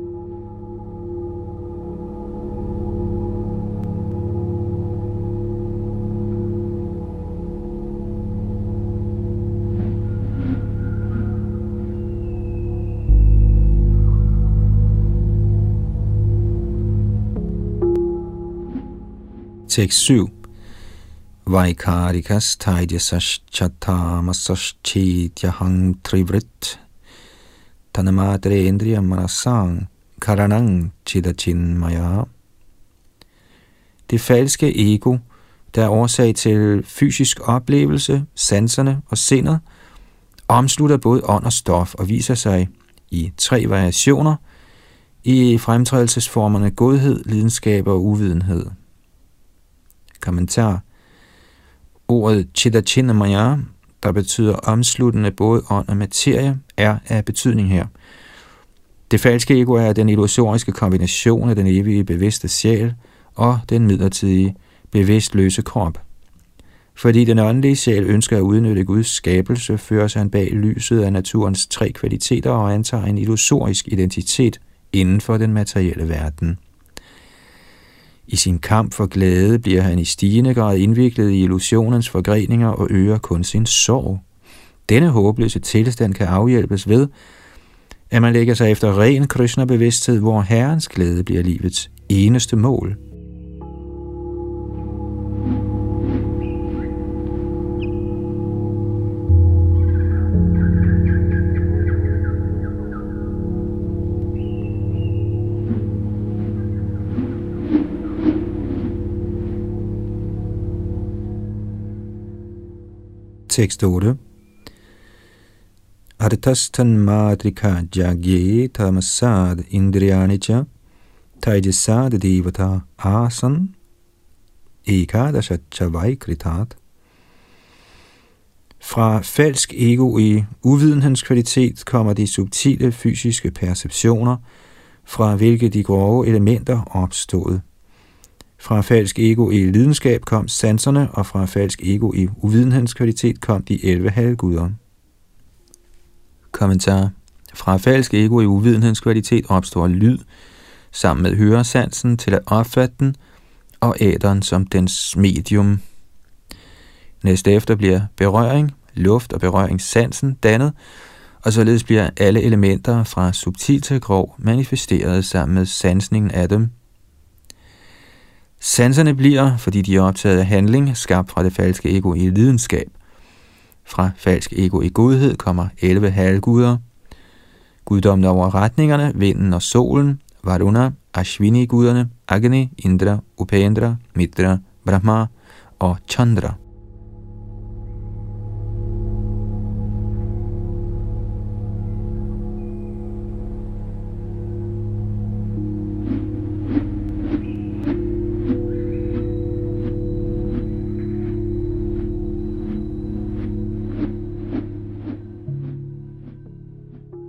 Tekst 7. Vaikarikas taijasas chatamasas chityahang trivrit tanamatre indriya manasang karanang chidachinmaya. Det falske ego, der er årsag til fysisk oplevelse, sanserne og sindet, omslutter både ånd og stof og viser sig i 3 variationer i fremtrædelsesformerne godhed, lidenskab og uvidenhed. Kommentar. Ordet Chidachinamaya, der betyder omsluttende både ånd og materie, er af betydning her. Det falske ego er den illusoriske kombination af den evige bevidste sjæl og den midlertidige bevidstløse krop. Fordi den åndelige sjæl ønsker at udnytte Guds skabelse, føres han bag lyset af naturens 3 kvaliteter og antager en illusorisk identitet inden for den materielle verden. I sin kamp for glæde bliver han i stigende grad indviklet i illusionens forgreninger og øger kun sin sorg. Denne håbløse tilstand kan afhjælpes ved, at man lægger sig efter ren Krishna-bevidsthed, hvor Herrens glæde bliver livets eneste mål. Tekst 8. Arthastan madrika jagye tamasad indriyanicha taijasad devata asan ekadashacha vaikritat. Fra falsk ego i uvidenhedens kvalitet kommer de subtile fysiske perceptioner, fra hvilke de grove elementer opstod. Fra falsk ego i lidenskab kom sanserne, og fra falsk ego i uvidenhedens kvalitet kom de 11 halvguder. Kommentar. Fra falsk ego i uvidenhedens kvalitet opstår lyd, sammen med høresansen til at opfatte den, og æteren som dens medium. Næste efter bliver berøring, luft og berøringssansen dannet, og således bliver alle elementer fra subtil til grov manifesteret sammen med sansningen af dem. Sanserne bliver, fordi de er optaget af handling, skabt fra det falske ego i lidenskab. Fra falsk ego i godhed kommer 11 halvguder. Guddommen over retningerne, vinden og solen, Varuna, Ashvini-guderne, Agni, Indra, Upendra, Mitra, Brahma og Chandra.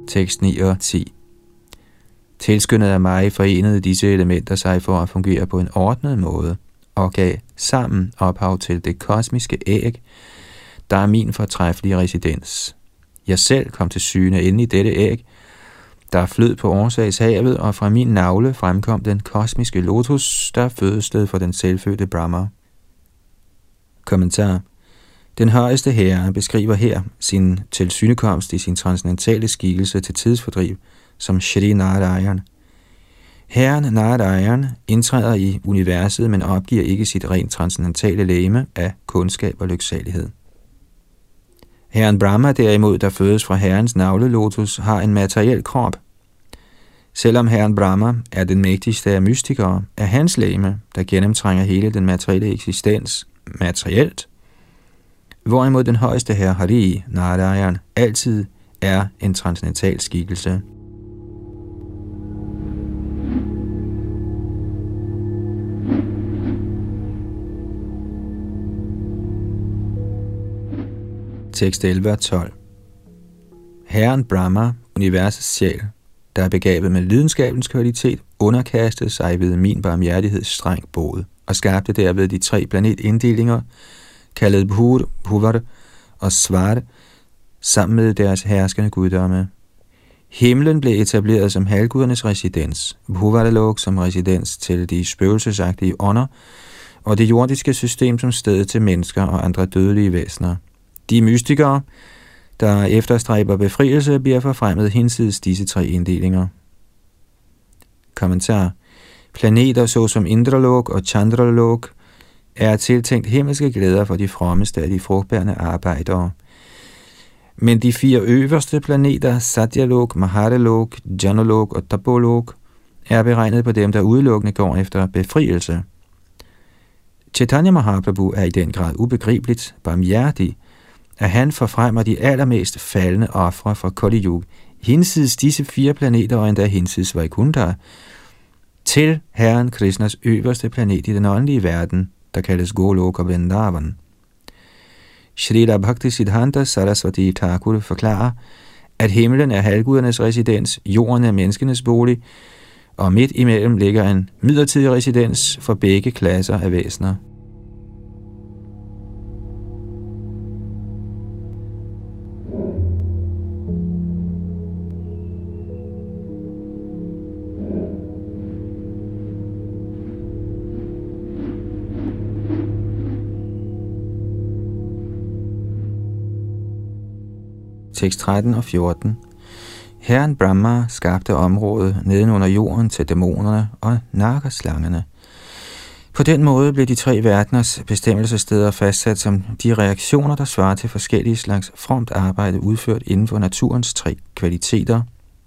Tekst 9 og 10. Tilskyndet af mig forenede disse elementer sig for at fungere på en ordnet måde og gav sammen ophav til det kosmiske æg, der er min fortræffelige residens. Jeg selv kom til syne inde i dette æg, der flød på årsagshavet, og fra min navle fremkom den kosmiske lotus, der er fødested for den selvfødte Brahma. Kommentar. Den højeste herre beskriver her sin tilsynekomst i sin transcendentale skikkelse til tidsfordriv som Shri Narayan. Herren Narayan indtræder i universet, men opgiver ikke sit rent transcendentale legeme af kundskab og lyksalighed. Herren Brahma derimod, der fødes fra herrens navlelotus, har en materiel krop. Selvom herren Brahma er den mægtigste af mystikere, er hans legeme, der gennemtrænger hele den materielle eksistens, materielt, hvorimod den højeste herre Hari, Narayan, altid er en transcendental skikkelse. Tekst 11 og 12. Herren Brahma, universets sjæl, der er begabet med lidenskabens kvalitet, underkastede sig ved min barmhjertigheds streng bod og skabte derved de 3 planetinddelinger, kaldet Bhur, Bhuvar og Svar, sammen med deres herskende guddomme. Himlen blev etableret som halvgudernes residens, Bhuvaralok som residens til de spøgelsesagtige ånder, og det jordiske system som sted til mennesker og andre dødelige væsener. De mystikere, der efterstræber befrielse, bliver forfremmet hinsides disse 3 inddelinger. Kommentar. Planeter såsom Indralok og Chandralok er tiltænkt himmelske glæder for de frommeste af de frugtbærende arbejdere. Men de 4 øverste planeter, Satyalok, Maharalok, Janalok og Tapolok, er beregnet på dem, der udelukkende går efter befrielse. Chaitanya Mahaprabhu er i den grad ubegribeligt barmhjertig, at han forfremmer de allermest faldende ofre fra Kali Yuga, hinsides disse 4 planeter og endda hinsides Vaikuntha, til herren Krishnas øverste planet i den åndelige verden, der kaldes Goloka Vrindavan. Shrila Bhaktisiddhanta Saraswati Thakur forklarer, at himlen er halvgudernes residens, jorden er menneskenes bolig, og midt imellem ligger en midlertidig residens for begge klasser af væsener. Tekst 13 og 14. Herren Brahma skabte området nedenunder jorden til dæmonerne og nagaslangerne. På den måde blev de 3 verdeners bestemmelsessteder fastsat som de reaktioner, der svarer til forskellige slags fromt arbejde udført inden for naturens 3 kvaliteter.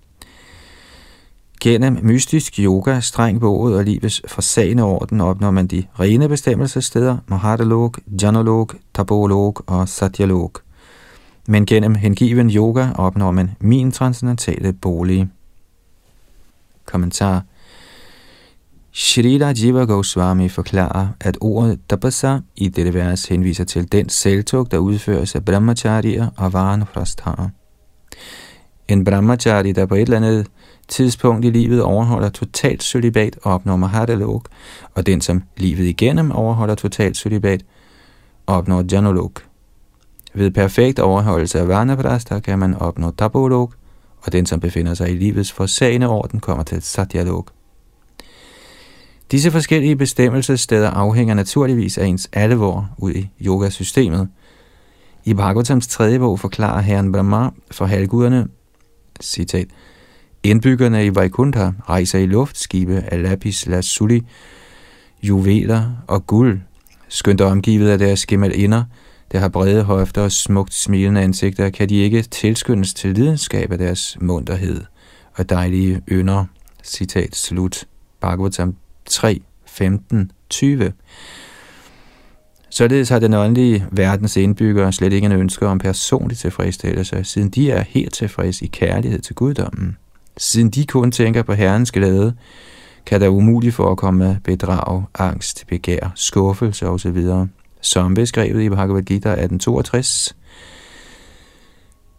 Gennem mystisk yoga, streng båget og livets forsagende orden opnår man de rene bestemmelsessteder, Maharalok, Janalok, Tapolok og Satyalok. Men gennem hengiven yoga opnår man min transcendentale bolig. Kommentar. Shrila Jiva Goswami forklarer, at ordet tapasa i dette vers henviser til den selvtog, der udføres af brahmacharier og varenfrastharer. En brahmachari, der på et eller andet tidspunkt i livet overholder totalt cølibat, opnår Maharalok, og den, som livet igennem overholder totalt cølibat, opnår Janalok. Ved perfekt overholdelse af vanaprastha kan man opnå Tapolok, og den, som befinder sig i livets forsagende orden, kommer til Satyalok. Disse forskellige bestemmelsessteder afhænger naturligvis af ens alvor ud i yogasystemet. I Bhagavatams 3. bog forklarer herren Brahma for halvguderne, citat, indbyggerne i Vaikuntha rejser i luftskibe af lapis lazuli, juveler og guld, skønt omgivet af deres gemalinder, der har brede hofter og smukt smilende ansigter, kan de ikke tilskyndes til lidenskab af deres munterhed og dejlige ynder. Citat slut. Bhagavatam 3, 15, 20. Således har den åndelige verdens indbyggere slet ikke en ønske om personlig tilfredsstillelse, siden de er helt tilfredse i kærlighed til guddommen. Siden de kun tænker på Herrens glæde, kan der umuligt forekomme bedrag, angst, begær, skuffelse osv., som beskrevet i Bhagavad Gita 1862.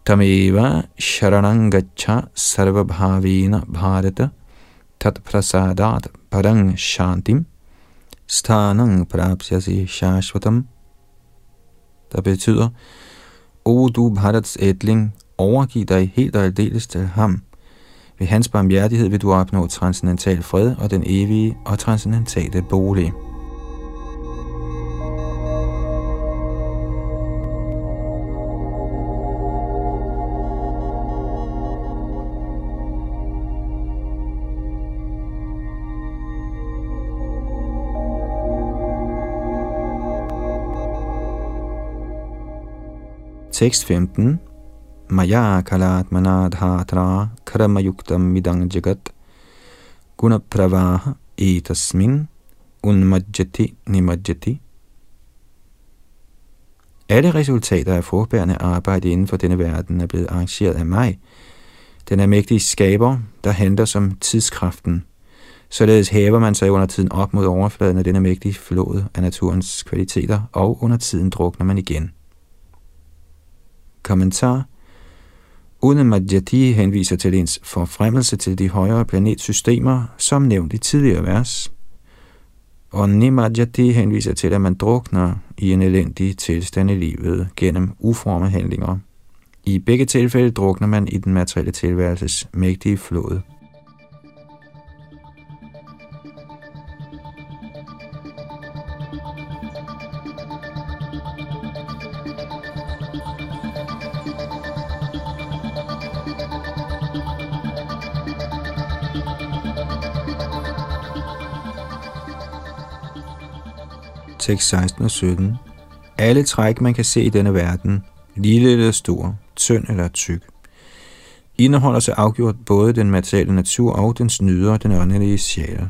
Tameva sharanang gaccha sarvabhavena bharata tat prasadat parang shantim sthanang prapsyasi shashvatam. Der betyder, O du Bharats ætling, overgiv dig helt og aldeles til ham. Ved hans barmhjertighed vil du opnå transcendental fred og den evige og transcendentale bolig. Tekst 15. Maya kalat manadhatra kramayuktam midang jagat gunapravaha etasmin unmajjati nimajjati. Alle resultater af frugtbærende arbejde inden for denne verden er blevet arrangeret af mig, den er mægtige skaber, der handler som tidskraften. Således hæver man sig under tiden op mod overfladen af denne mægtige flod af naturens kvaliteter, og under tiden drukner man igen. Kommentar. Unmajjati henviser til ens forfremmelse til de højere planetsystemer, som nævnt i tidligere vers. Og nimajjati henviser til, at man drukner i en elendig tilstand i livet gennem uformede handlinger. I begge tilfælde drukner man i den materielle tilværelses mægtige flod. Tekst 16 og 17. Alle træk, man kan se i denne verden, lille eller stor, tynd eller tyk, indeholder sig afgjort både den materielle natur og dens nyder, den åndelige sjæl.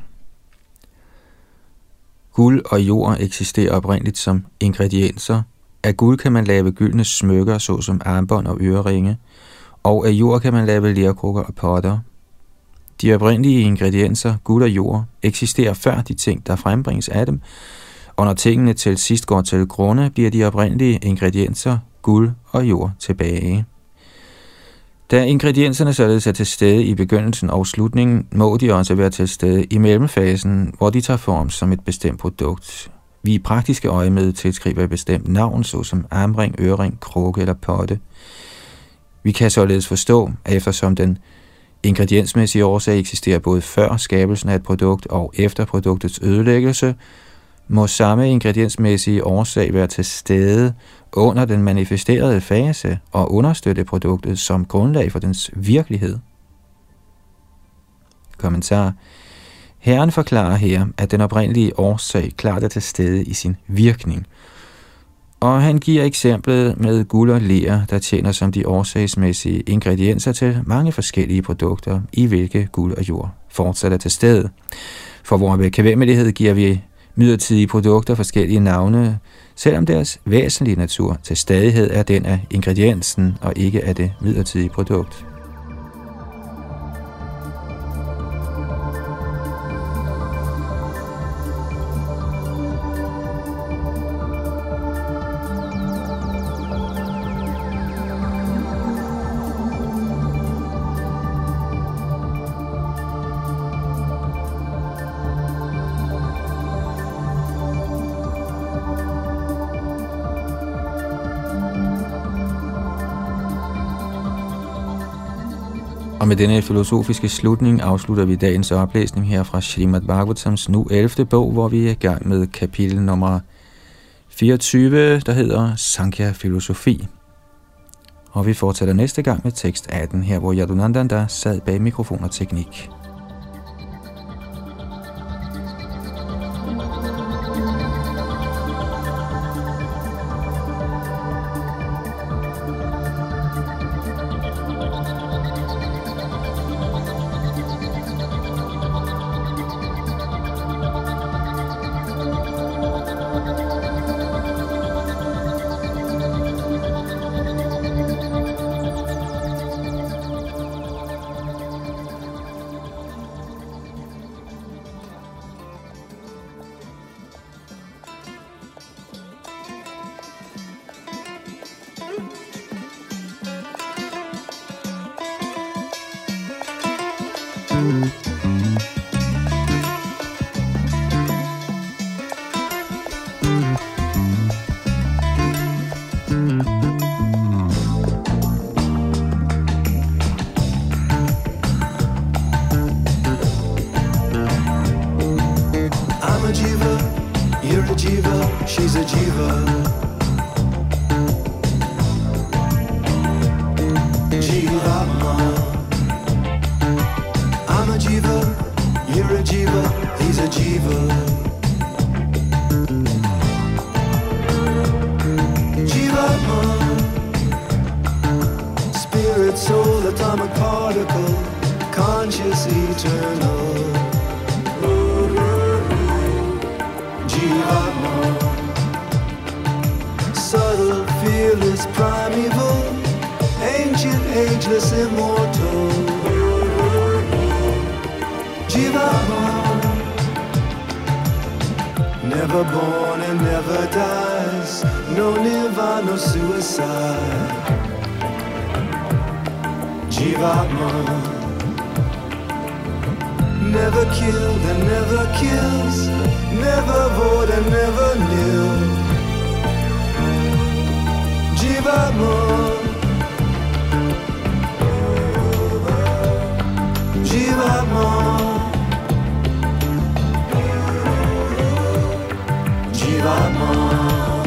Guld og jord eksisterer oprindeligt som ingredienser. Af guld kan man lave gyldne smykker, såsom armbånd og øreringe, og af jord kan man lave lerkrukker og potter. De oprindelige ingredienser, guld og jord, eksisterer før de ting, der frembringes af dem, og når tingene til sidst går til grunde, bliver de oprindelige ingredienser, guld og jord, tilbage. Da ingredienserne således er til stede i begyndelsen og slutningen, må de også være til stede i mellemfasen, hvor de tager form som et bestemt produkt. Vi i praktiske øjemed tilskriver et bestemt navn, såsom armring, ørering, krukke eller potte. Vi kan således forstå, at eftersom den ingrediensmæssige årsag eksisterer både før skabelsen af et produkt og efter produktets ødelæggelse, må samme ingrediensmæssige årsag være til stede under den manifesterede fase og understøtte produktet som grundlag for dens virkelighed. Kommentar. Herren forklarer her, at den oprindelige årsag klart er til stede i sin virkning, og han giver eksemplet med guld og ler, der tjener som de årsagsmæssige ingredienser til mange forskellige produkter, i hvilke guld og jord fortsat er til stede. For vor bekvemmelighed giver vi midlertidige produkter forskellige navne, selvom deres væsentlige natur til stadighed er den af ingrediensen og ikke af det midlertidige produkt. Og med denne filosofiske slutning afslutter vi dagens oplæsning her fra Srimad Bhagavatams nu 11. bog, hvor vi er i gang med kapitel nummer 24, der hedder Sankhya Filosofi. Og vi fortsætter næste gang med tekst 18, her hvor Yadunandana sad bag mikrofon og teknik. She's a jiva. Jivatma. I'm a jiva, you're a jiva, he's a jiva. Jivatma. Spirit, soul, atomic particle, conscious, eternal. Jivatma. Subtle, fearless, primeval, ancient, ageless, immortal. Jivatma. Never born and never dies, no nirvana, no suicide. Jivatma. Never killed and never kills, never void and never nil. Jivatma. Jivatma. Jivatma.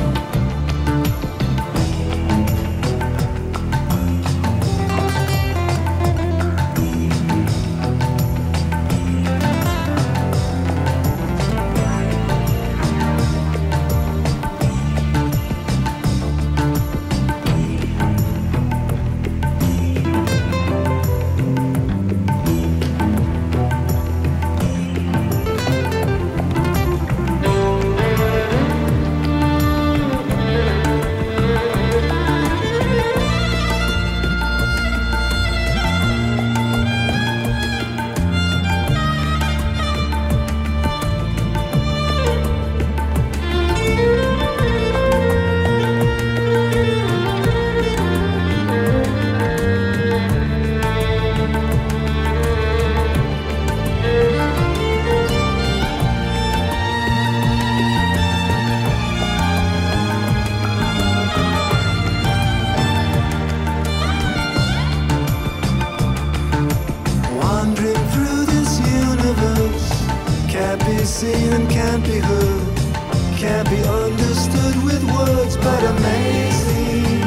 Seen and can't be heard, can't be understood with words, but amazing.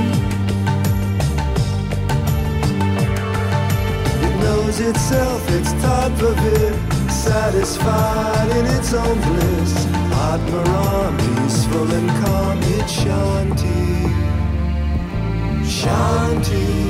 It knows itself, it's type of it, satisfied in its own bliss. Atmaram, peaceful and calm, it's Shanti, Shanti.